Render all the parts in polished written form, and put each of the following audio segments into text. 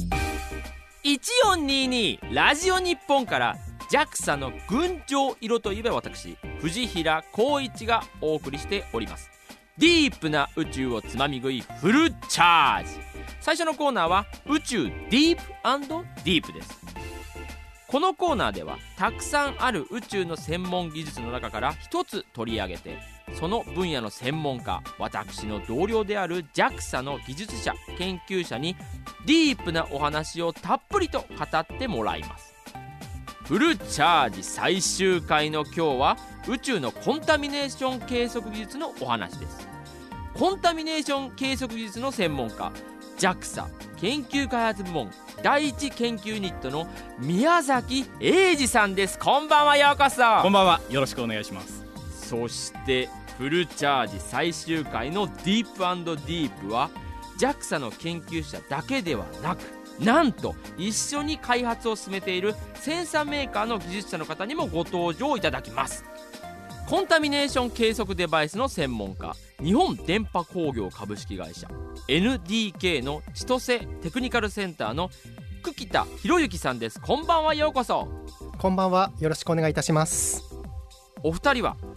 1422ラジオ日本から JAXA の群青色といえば私藤平光一がお送りしております。ディープな宇宙をつまみ食いフルチャージ。最初のコーナーは宇宙ディープ&ディープです。このコーナーではたくさんある宇宙の専門技術の中から一つ取り上げて、その分野の専門家、私の同僚である JAXA の技術者研究者にディープなお話をたっぷりと語ってもらいます。フルチャージ最終回の今日は宇宙のコンタミネーション計測技術のお話です。コンタミネーション計測技術の専門家 JAXA 研究開発部門第一研究ユニットの宮崎英二さんです。こんばんは、ようこそ。 こんばんは、よろしくお願いします。 そしてフルチャージ最終回のディープ&ディープは JAXA の研究者だけではなく、なんと一緒に開発を進めているセンサーメーカーの技術者の方にもご登場いただきます。コンタミネーション計測デバイスの専門家、日本電波工業株式会社 NDK の千歳テクニカルセンターの久木田博之さんです。こんばんは、ようこそ。 こんばんは、よろしくお願いいたします。 お二人は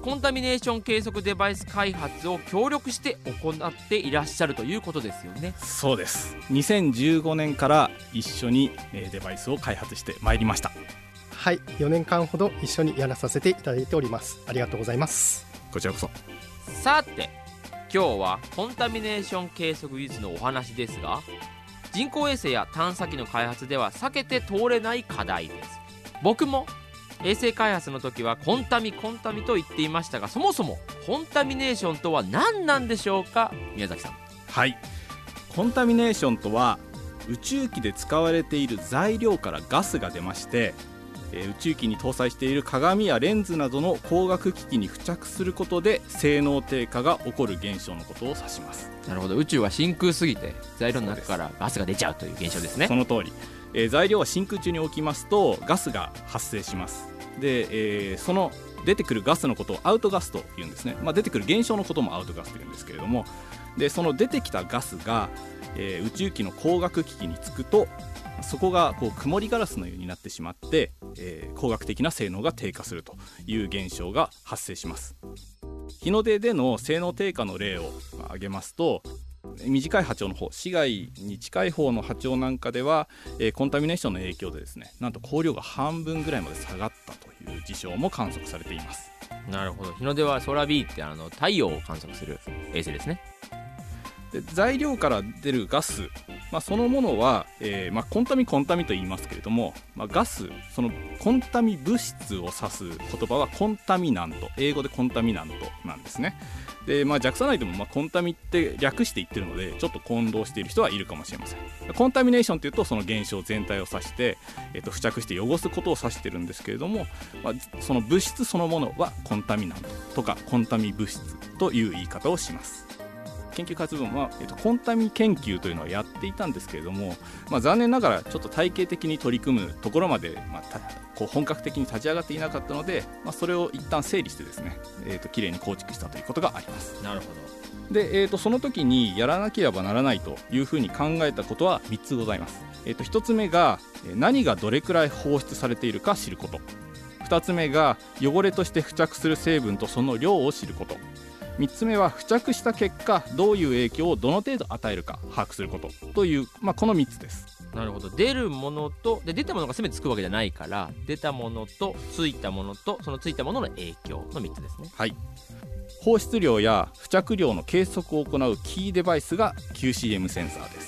コンタミネーション計測デバイス開発を協力して行っていらっしゃるということですよね。 そうです。2015年から一緒にデバイスを開発してまいりました。 はい、4年間ほど一緒にやらさせていただいております。ありがとうございます。 こちらこそ。 さて今日はコンタミネーション計測技術のお話ですが、人工衛星や探査機の開発では避けて通れない課題です。僕も衛星開発の時はコンタミと言っていましたが、そもそもコンタミネーションとは何なんでしょうか、宮崎さん。 はい、コンタミネーションとは宇宙機で使われている材料からガスが出まして、宇宙機に搭載している鏡やレンズなどの光学機器に付着することで性能低下が起こる現象のことを指します。 なるほど、宇宙は真空すぎて材料の中からガスが出ちゃうという現象ですね。 その通り、材料は真空中に置きますとガスが発生します。で、その出てくるガスのことをアウトガスというんですね。出てくる現象のこともアウトガスというんですけれども、でその出てきたガスが、宇宙機の光学機器につくと、そこが曇りガラスのようになってしまって、光学的な性能が低下するという現象が発生します。日の出での性能低下の例を挙げますと、短い波長の方、市街に近い方の波長なんかでは、コンタミネーションの影響でですね、なんと光量が半分ぐらいまで下がったという事象も観測されています。 なるほど、日の出はソラビーって太陽を観測する衛星ですね。 で材料から出るガス、そのものは、コンタミと言いますけれども、ガス、そのコンタミ物質を指す言葉はコンタミナント、英語でコンタミナントなんですね。で、JAXA 内でもコンタミって略して言ってるので、ちょっと混同している人はいるかもしれません。コンタミネーションというとその現象全体を指して、付着して汚すことを指してるんですけれども、その物質そのものはコンタミナントとかコンタミ物質という言い方をします。研究開発部門は、コンタミ研究というのをやっていたんですけれども、残念ながらちょっと体系的に取り組むところまで、本格的に立ち上がっていなかったので、それを一旦整理してですね、きれいに構築したということがあります。 なるほど。 で、その時にやらなければならないというふうに考えたことは3つございます。1つ目が何がどれくらい放出されているか知ること。2つ目が汚れとして付着する成分とその量を知ること。3つ目は付着した結果どういう影響をどの程度与えるか把握することという、この3つです。 なるほど。出るものとで出たものが全てつくわけじゃないから、出たものとついたものとそのついたものの影響の3つですね。 はい。放出量や付着量の計測を行うキーデバイスが QCM センサーです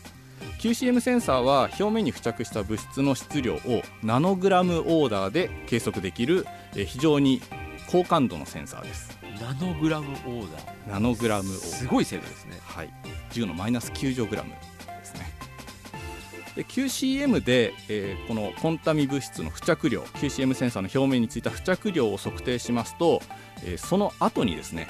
。QCM センサーは表面に付着した物質の質量をナノグラムオーダーで計測できる非常に高感度のセンサーです。 ナノグラムオーダー。 ナノグラムオーダー、 すごい精度ですね。 はい、10のマイナス9乗グラムですね。で QCM で、このコンタミ物質の付着量、 QCM センサーの表面についた付着量を測定しますと、その後にですね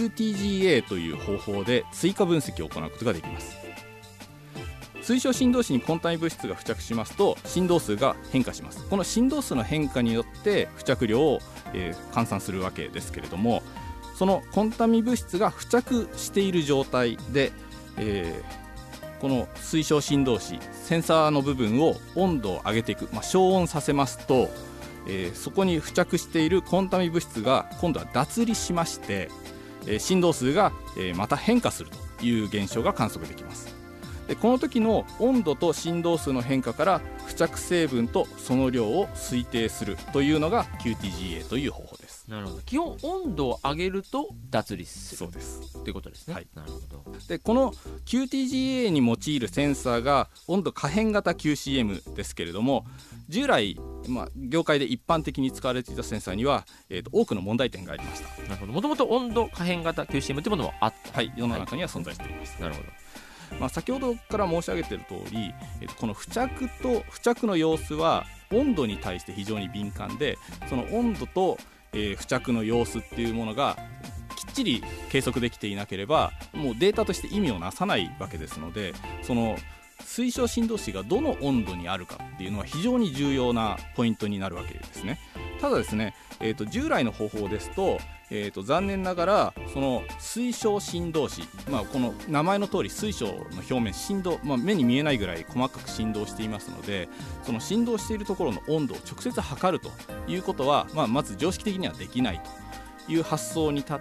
QTGA という方法で追加分析を行うことができます。水晶振動子にコンタミ物質が付着しますと振動数が変化します。この振動数の変化によって付着量を、換算するわけですけれども、そのコンタミ物質が付着している状態で、この水晶振動子センサーの部分を温度を上げていく、昇温させますと、そこに付着しているコンタミ物質が今度は脱離しまして、振動数が、また変化するという現象が観測できます。でこの時の温度と振動数の変化から付着成分とその量を推定するというのが QTGA という方法です。 なるほど。基本温度を上げると脱離する。 そうですということですね。 はい、 なるほど。 でこの QTGA に用いるセンサーが温度可変型 QCM ですけれども、従来、業界で一般的に使われていたセンサーには、多くの問題点がありました。 なるほど。もともと温度可変型 QCM というものはあった。 はい、世の中には存在しています。 なるほど。 先ほどから申し上げている通り、この付着の様子は温度に対して非常に敏感で、その温度と、付着の様子っていうものがきっちり計測できていなければもうデータとして意味をなさないわけですので、その水晶振動子がどの温度にあるかっていうのは非常に重要なポイントになるわけですね。ただですね、従来の方法ですと、残念ながらその水晶振動子、この名前の通り水晶の表面振動、目に見えないぐらい細かく振動していますので、その振動しているところの温度を直接測るということは、まず常識的にはできないいう発想に立って、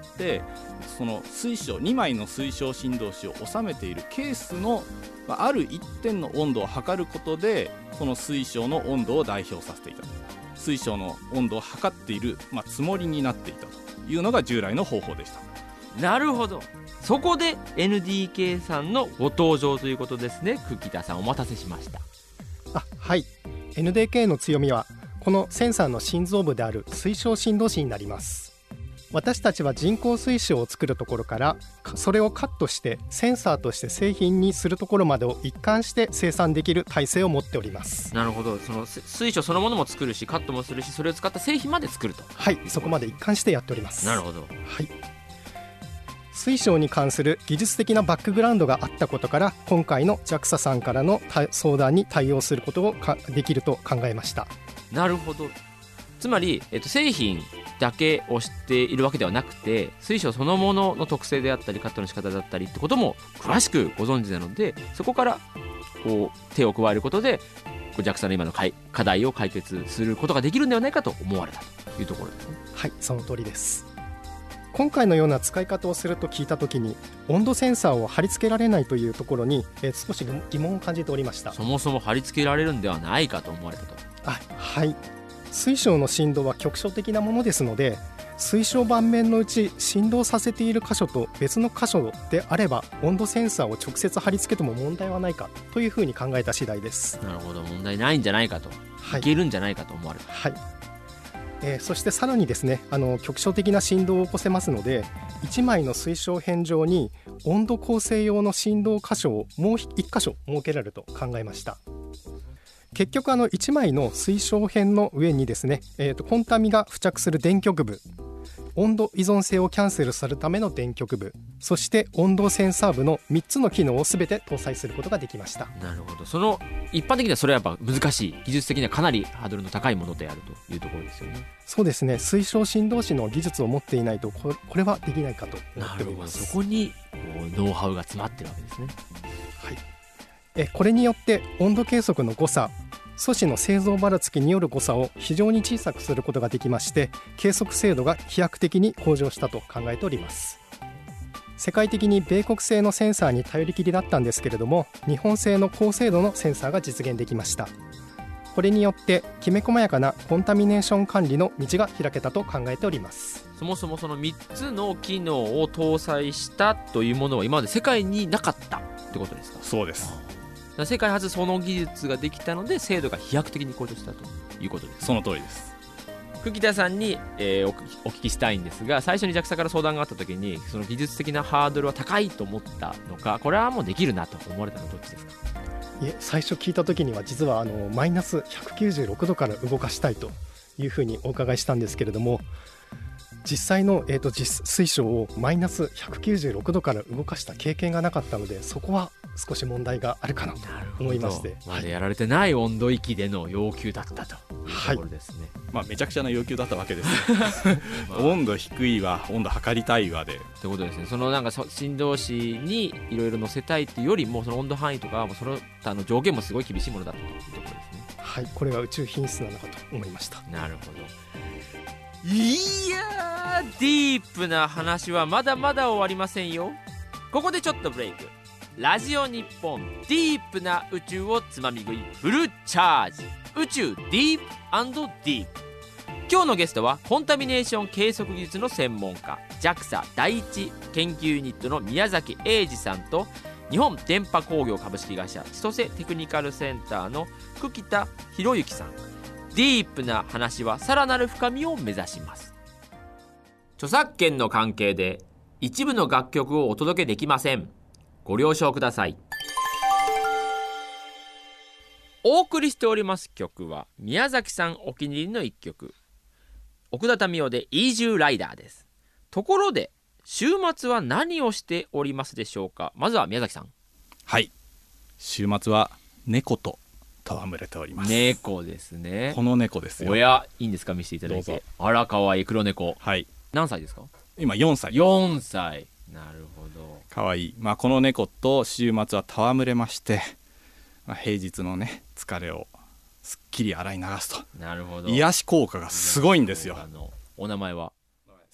その水晶2枚の水晶振動子を収めているケースのある一点の温度を測ることで、その水晶の温度を代表させていたと、水晶の温度を測っている、つもりになっていたというのが従来の方法でした。 なるほど。そこで NDK さんのご登場ということですね。久木田さん、お待たせしました。 はい、 NDK の強みはこのセンサーの心臓部である水晶振動子になります。私たちは人工水晶を作るところからそれをカットしてセンサーとして製品にするところまでを一貫して生産できる体制を持っております。 なるほど。その水晶そのものも作るし、カットもするし、それを使った製品まで作ると。 はい、そこまで一貫してやっております。 なるほど。 はい、水晶に関する技術的なバックグラウンドがあったことから、今回の JAXA さんからの相談に対応することをできると考えました。 なるほど。つまり、製品だけを知っているわけではなくて、水晶そのものの特性であったりカットの仕方だったりってことも詳しくご存知なので、そこから手を加えることでJAXA の今の課題を解決することができるんではないかと思われたというところですね。 はい、その通りです。今回のような使い方をすると聞いたときに、温度センサーを貼り付けられないというところに、少し疑問を感じておりました。 そもそも貼り付けられるんではないかと思われたと。 はい、水晶の振動は局所的なものですので、水晶盤面のうち振動させている箇所と別の箇所であれば温度センサーを直接貼り付けても問題はないかというふうに考えた次第です。 なるほど、問題ないんじゃないかと、いけるんじゃないかと思われた。 はい、そしてさらにですね、局所的な振動を起こせますので、1枚の水晶片上に温度構成用の振動箇所をもう1箇所設けられると考えました。結局1枚の水晶片の上にですね、コンタミが付着する電極部、温度依存性をキャンセルするための電極部、そして温度センサー部の3つの機能を全て搭載することができました。 なるほど。その一般的にはそれはやっぱ難しい、技術的にはかなりハードルの高いものであるというところですよね。 そうですね、水晶振動子の技術を持っていないとこれはできないかと思っております。 そこにノウハウが詰まってるわけですね。 はい、これによって温度計測の誤差、素子の製造ばらつきによる誤差を非常に小さくすることができまして、計測精度が飛躍的に向上したと考えております。世界的に米国製のセンサーに頼りきりだったんですけれども、日本製の高精度のセンサーが実現できました。これによってきめ細やかなコンタミネーション管理の道が開けたと考えております。 そもそもその3つの機能を搭載したというものは今まで世界になかったってことですか？ そうです。 世界初その技術ができたので精度が飛躍的に向上したということです。 その通りです。 久木田さんに、お聞きしたいんですが、最初に JAXA から相談があった時に、その技術的なハードルは高いと思ったのか、これはもうできるなと思われたのはどっちですか？ 最初聞いた時には実はマイナス196度から動かしたいというふうにお伺いしたんですけれども、実際の、水晶をマイナス196度から動かした経験がなかったので、そこは少し問題があるかなと思いまして、 まだやられてない温度域での要求だったというところですね。 めちゃくちゃな要求だったわけです、温度低いわ、温度測りたいわでということですね。その振動子にいろいろ乗せたいというよりも、その温度範囲とかその他の条件もすごい厳しいものだったというところですね。 はい、これは宇宙品質なのかと思いました。 なるほど。いやー、ディープな話はまだまだ終わりませんよ。ここでちょっとブレイク。ラジオ日本ディープな宇宙をつまみ食いフルチャージ、宇宙ディープ&ディープ。今日のゲストはコンタミネーション計測技術の専門家 JAXA 第一研究ユニットの宮崎英二さんと、日本電波工業株式会社千歳テクニカルセンターの久木田博之さん。ディープな話はさらなる深みを目指します。著作権の関係で一部の楽曲をお届けできません。ご了承ください。お送りしております曲は宮崎さんお気に入りの一曲、奥田民生でイージューライダーです。ところで週末は何をしておりますでしょうか？まずは宮崎さん。 はい、週末は猫と戯れております。 猫ですね。 この猫ですよ。 親いいんですか？見せていただいて。あら、かわいい黒猫。 はい。 何歳ですか？ 今4歳。 4歳。なるほど。 かわいい。この猫と週末は戯れまして、平日のね疲れをすっきり洗い流すと。 なるほど。 癒し効果がすごいんですよ。 お名前は？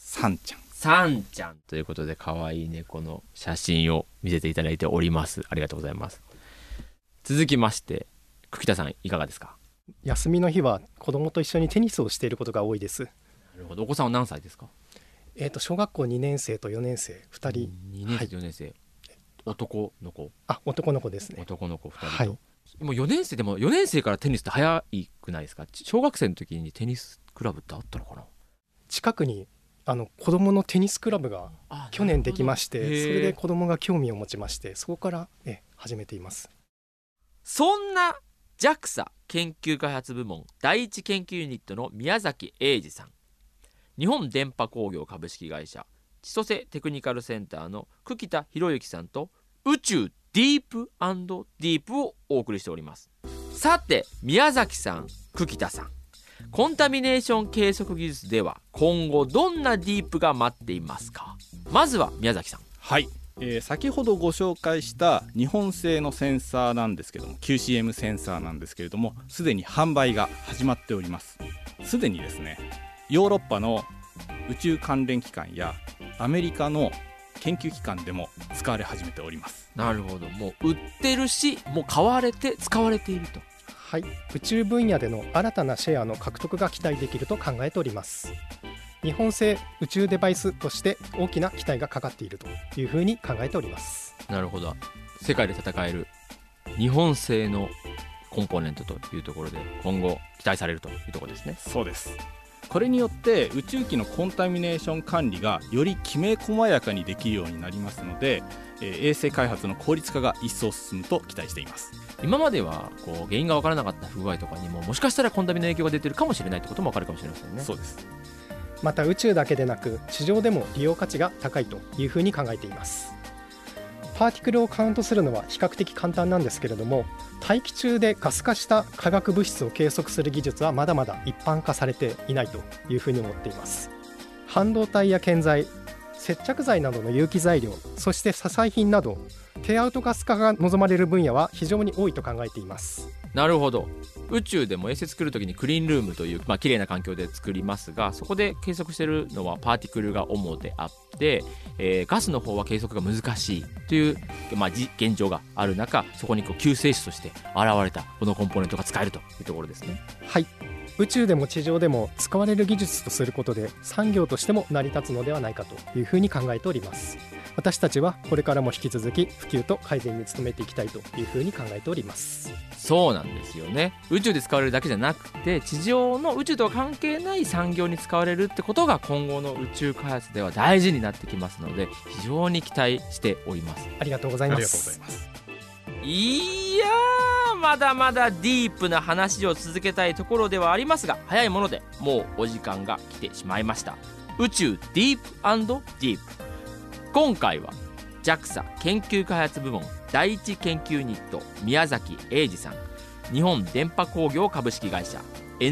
サンちゃん。 サンちゃんということで、可愛い猫の写真を見せていただいております。ありがとうございます。続きまして久喜田さんいかがですか？ 休みの日は子供と一緒にテニスをしていることが多いです。 なるほど。お子さんは何歳ですか？ 小学校2年生と4年生2人。 2年生と4年生、はい、男の子？ 男の子ですね。 男の子2人と、 はい、 もう4年生でも4年生からテニスって早くないですか？小学生の時にテニスクラブってあったのかな？ 近くに子供のテニスクラブが去年できまして、それで子供が興味を持ちまして、そこから始めています。 そんな JAXA 研究開発部門第一研究ユニットの宮崎英二さん、日本電波工業株式会社千歳テクニカルセンターの久喜田博之さんと宇宙ディープ&ディープをお送りしております。さて宮崎さん、久喜田さん、コンタミネーション計測技術では今後どんなディープが待っていますか？まずは宮崎さん。 はい、先ほどご紹介した日本製のセンサーなんですけども、 QCM センサーなんですけれども、すでに販売が始まっております。すでにですね、ヨーロッパの宇宙関連機関やアメリカの研究機関でも使われ始めております。 なるほど。もう売ってるし、もう買われて使われていると。 はい、宇宙分野での新たなシェアの獲得が期待できると考えております。日本製宇宙デバイスとして大きな期待がかかっているというふうに考えております。 なるほど。世界で戦える日本製のコンポーネントというところで今後期待されるというところですね。 そうです。これによって宇宙機のコンタミネーション管理がよりきめ細やかにできるようになりますので、衛星開発の効率化が一層進むと期待しています。 今までは原因が分からなかった不具合とかにももしかしたらコンタミの影響が出てるかもしれないってことも分かるかもしれませんね。 そうです。 また宇宙だけでなく地上でも利用価値が高いというふうに考えています。パーティクルをカウントするのは比較的簡単なんですけれども、大気中でガス化した化学物質を計測する技術はまだまだ一般化されていないというふうに思っています。半導体や建材、接着剤などの有機材料、そして支え品など低アウトガス化が望まれる分野は非常に多いと考えています。 なるほど。宇宙でも衛星作るときにクリーンルームという、綺麗な環境で作りますが、そこで計測しているのはパーティクルが主であって、ガスの方は計測が難しいという、現状がある中、そこに救世主として現れたこのコンポーネントが使えるというところですね。 はい、宇宙でも地上でも使われる技術とすることで産業としても成り立つのではないかというふうに考えております。私たちはこれからも引き続き普及と改善に努めていきたいというふうに考えております。 そうなんですよね。宇宙で使われるだけじゃなくて、地上の宇宙とは関係ない産業に使われるってことが今後の宇宙開発では大事になってきますので、非常に期待しております。 ありがとうございます。 ありがとうございます。 いやー、まだまだディープな話を続けたいところではありますが、早いものでもうお時間が来てしまいました。宇宙ディープ&ディープ、今回は JAXA 研究開発部門第一研究ユニット宮崎英二さん、日本電波工業株式会社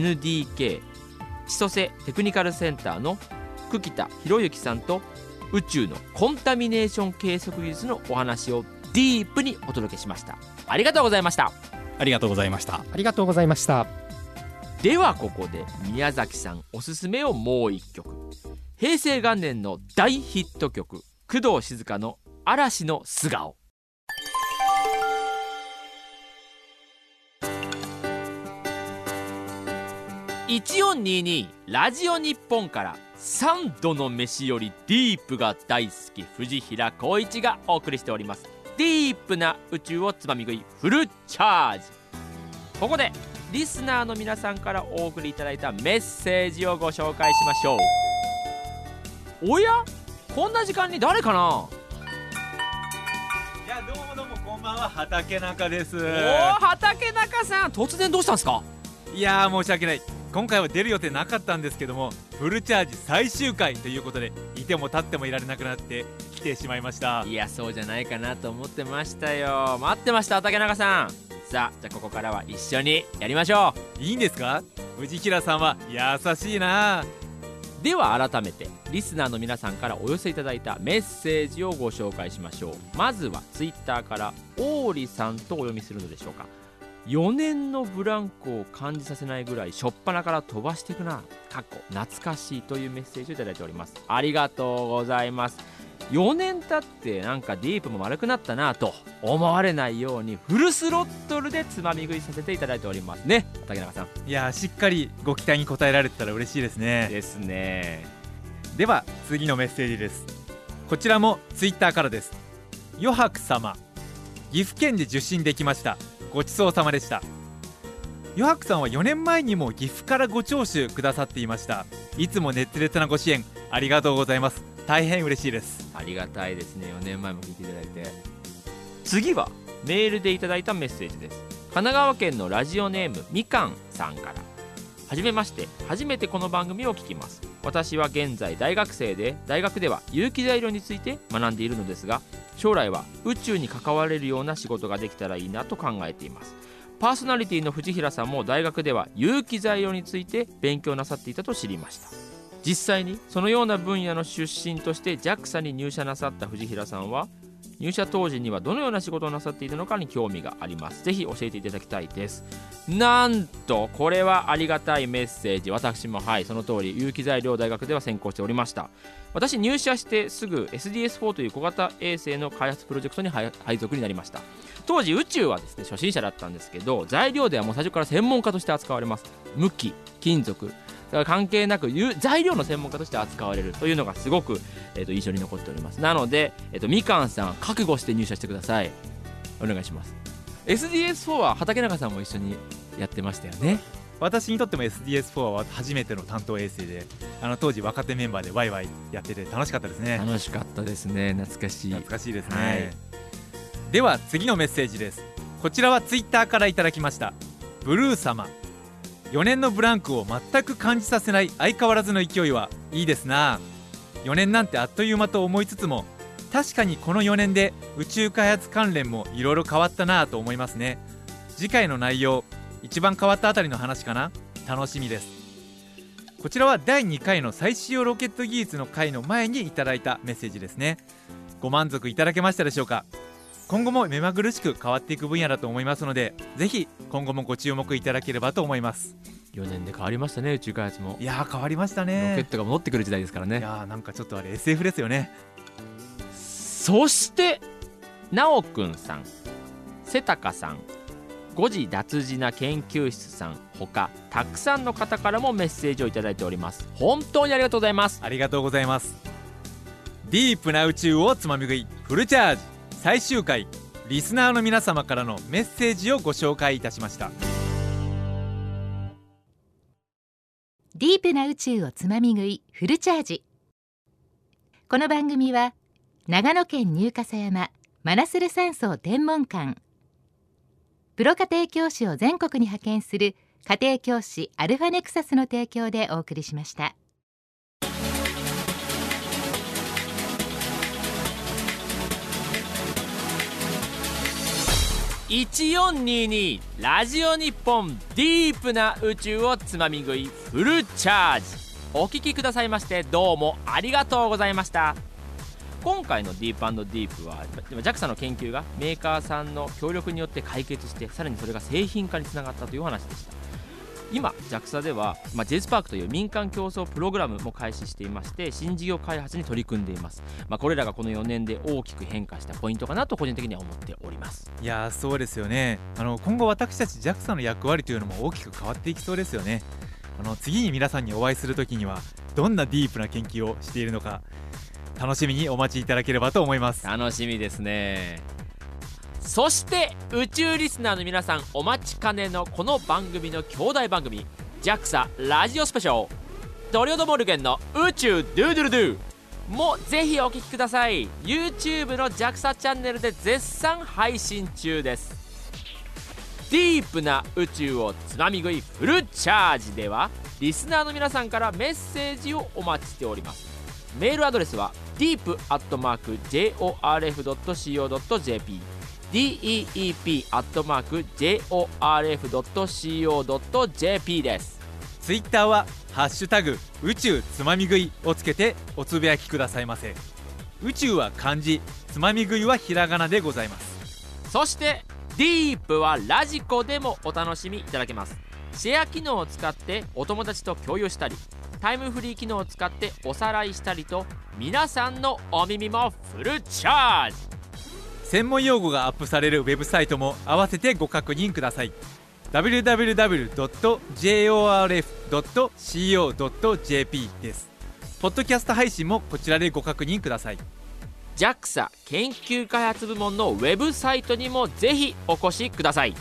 NDK 千歳テクニカルセンターの久喜田博之さんと宇宙のコンタミネーション計測技術のお話をディープにお届けしました。ありがとうございました。 ありがとうございました。 ありがとうございました。 ではここで宮崎さんおすすめをもう一曲、平成元年の大ヒット曲工藤静香の嵐の素顔。1422ラジオ日本から3度の飯よりディープが大好き藤平浩一がお送りしております。ディープな宇宙をつまみ食いフルチャージ。ここでリスナーの皆さんからお送りいただいたメッセージをご紹介しましょう。おや、こんな時間に誰かな。 いや、どうもこんばんは、畑中です。 畑中さん、突然どうしたんですか。 いや申し訳ない、今回は出る予定なかったんですけども、フルチャージ最終回ということで、いても立ってもいられなくなって来てしまいました。 いや、そうじゃないかなと思ってましたよ。待ってました、畑中さん。さあ、じゃあここからは一緒にやりましょう。いいんですか。藤平さんは優しいな。 では改めてリスナーの皆さんからお寄せいただいたメッセージをご紹介しましょう。まずはツイッターからオーリさんとお読みするのでしょうか。 4年のブランクを感じさせないぐらい初っ端から飛ばしていくな、過去懐かしいというメッセージをいただいております。ありがとうございます。4年経ってなんかディープも丸くなったなと思われないようにフルスロットルでつまみ食いさせていただいておりますね、竹中さん。 いやー、しっかりご期待に応えられてたら嬉しいですね。 ですね。 では次のメッセージです。こちらもツイッターからです。余白様、岐阜県で受信できました。ごちそうさまでした。余白さんは4年前にも岐阜からご聴取くださっていました。いつも熱烈なご支援ありがとうございます。大変嬉しいです。 ありがたいですね。4年前も聞いていただいて。次はメールでいただいたメッセージです。神奈川県のラジオネームみかんさんから。はじめまして、初めてこの番組を聞きます。私は現在大学生で、大学では有機材料について学んでいるのですが、将来は宇宙に関われるような仕事ができたらいいなと考えています。パーソナリティの藤平さんも大学では有機材料について勉強なさっていたと知りました。実際にそのような分野の出身として JAXA に入社なさった藤平さんは、入社当時にはどのような仕事をなさっているのかに興味があります。ぜひ教えていただきたいです。なんとこれはありがたいメッセージ。私もその通り有機材料大学では専攻しておりました。私入社してすぐ SDS4 という小型衛星の開発プロジェクトに配属になりました。当時宇宙はですね初心者だったんですけど、材料ではもう最初から専門家として扱われます。無機、金属だから関係なく材料の専門家として扱われるというのがすごく、印象に残っております。なので、みかんさん覚悟して入社してください。お願いします。 SDS4 は畠中さんも一緒にやってましたよね。 私にとっても SDS4 は初めての担当衛星で、当時若手メンバーでワイワイやってて楽しかったですね。 楽しかったですね。懐かしいですね、では次のメッセージです。こちらはツイッターからいただきました。ブルー様、4年のブランクを全く感じさせない相変わらずの勢いはいいですな。4年なんてあっという間と思いつつも、確かにこの4年で宇宙開発関連もいろいろ変わったなと思いますね。次回の内容、一番変わったあたりの話かな。楽しみです。こちらは第2回の再使用ロケット技術の回の前にいただいたメッセージですね。ご満足いただけましたでしょうか。今後も目まぐるしく変わっていく分野だと思いますので、ぜひ今後もご注目いただければと思います。 4年で変わりましたね、宇宙開発も。 いやー変わりましたね。 ロケットが戻ってくる時代ですからね。 いやーなんかちょっとあれ SF ですよね。 そしてなおくんさん、せたかさん、誤字脱字な研究室さんほかたくさんの方からもメッセージをいただいております。本当にありがとうございます。 ありがとうございます。ディープな宇宙をつまみ食いフルチャージ最終回、リスナーの皆様からのメッセージをご紹介いたしました。 ディープな宇宙をつまみ食いフルチャージ。この番組は長野県入笠山マナスル山荘天文館、プロ家庭教師を全国に派遣する家庭教師アルファネクサスの提供でお送りしました。 1422ラジオ日本、ディープな宇宙をつまみ食いフルチャージ。お聞きくださいましてどうもありがとうございました。今回のディープ&ディープは JAXA の研究がメーカーさんの協力によって解決して、さらにそれが製品化につながったという話でした。今 JAXA では、JSPARK という民間競争プログラムも開始していまして、新事業開発に取り組んでいます。これらがこの4年で大きく変化したポイントかなと個人的には思っております。 いやーそうですよね。今後私たち JAXA の役割というのも大きく変わっていきそうですよね。次に皆さんにお会いするときにはどんなディープな研究をしているのか楽しみにお待ちいただければと思います。 楽しみですね。そして宇宙リスナーの皆さん、お待ちかねのこの番組の兄弟番組 JAXA ラジオスペシャルドリオドモルゲンの宇宙ドゥドゥルドゥもぜひお聞きください。 YouTube の JAXA チャンネルで絶賛配信中です。ディープな宇宙をつまみ食いフルチャージではリスナーの皆さんからメッセージをお待ちしております。メールアドレスは deep@jorf.co.jp deep@jorf.co.jp です。 ツイッターはハッシュタグ宇宙つまみ食いをつけておつぶやきくださいませ。宇宙は漢字、つまみ食いはひらがなでございます。 そしてディープはラジコでもお楽しみいただけます。シェア機能を使ってお友達と共有したり、タイムフリー機能を使っておさらいしたりと、皆さんのお耳もフルチャージ。 専門用語がアップされるウェブサイトも合わせてご確認ください。 www.jorf.co.jp です。ポッドキャスト配信もこちらでご確認ください。 JAXA 研究開発部門のウェブサイトにもぜひお越しください。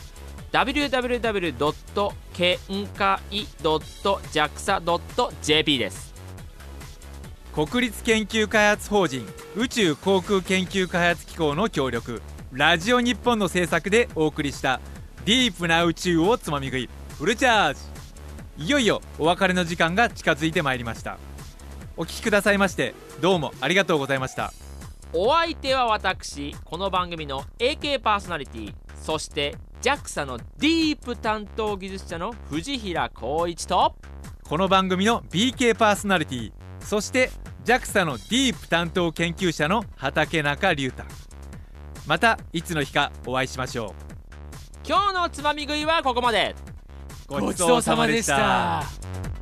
www.kenkai.jaxa.jp です。 国立研究開発法人宇宙航空研究開発機構の協力、ラジオ日本の制作でお送りしたディープな宇宙をつまみ食いフルチャージ。いよいよお別れの時間が近づいてまいりました。お聞きくださいましてどうもありがとうございました。 お相手は私、この番組の AK パーソナリティ、そして JAXA のディープ担当技術者の藤平光一と、 この番組の BK パーソナリティ、そして JAXA のディープ担当研究者の畠中隆太。またいつの日かお会いしましょう。 今日のつまみ食いはここまで。 ごちそうさまでした。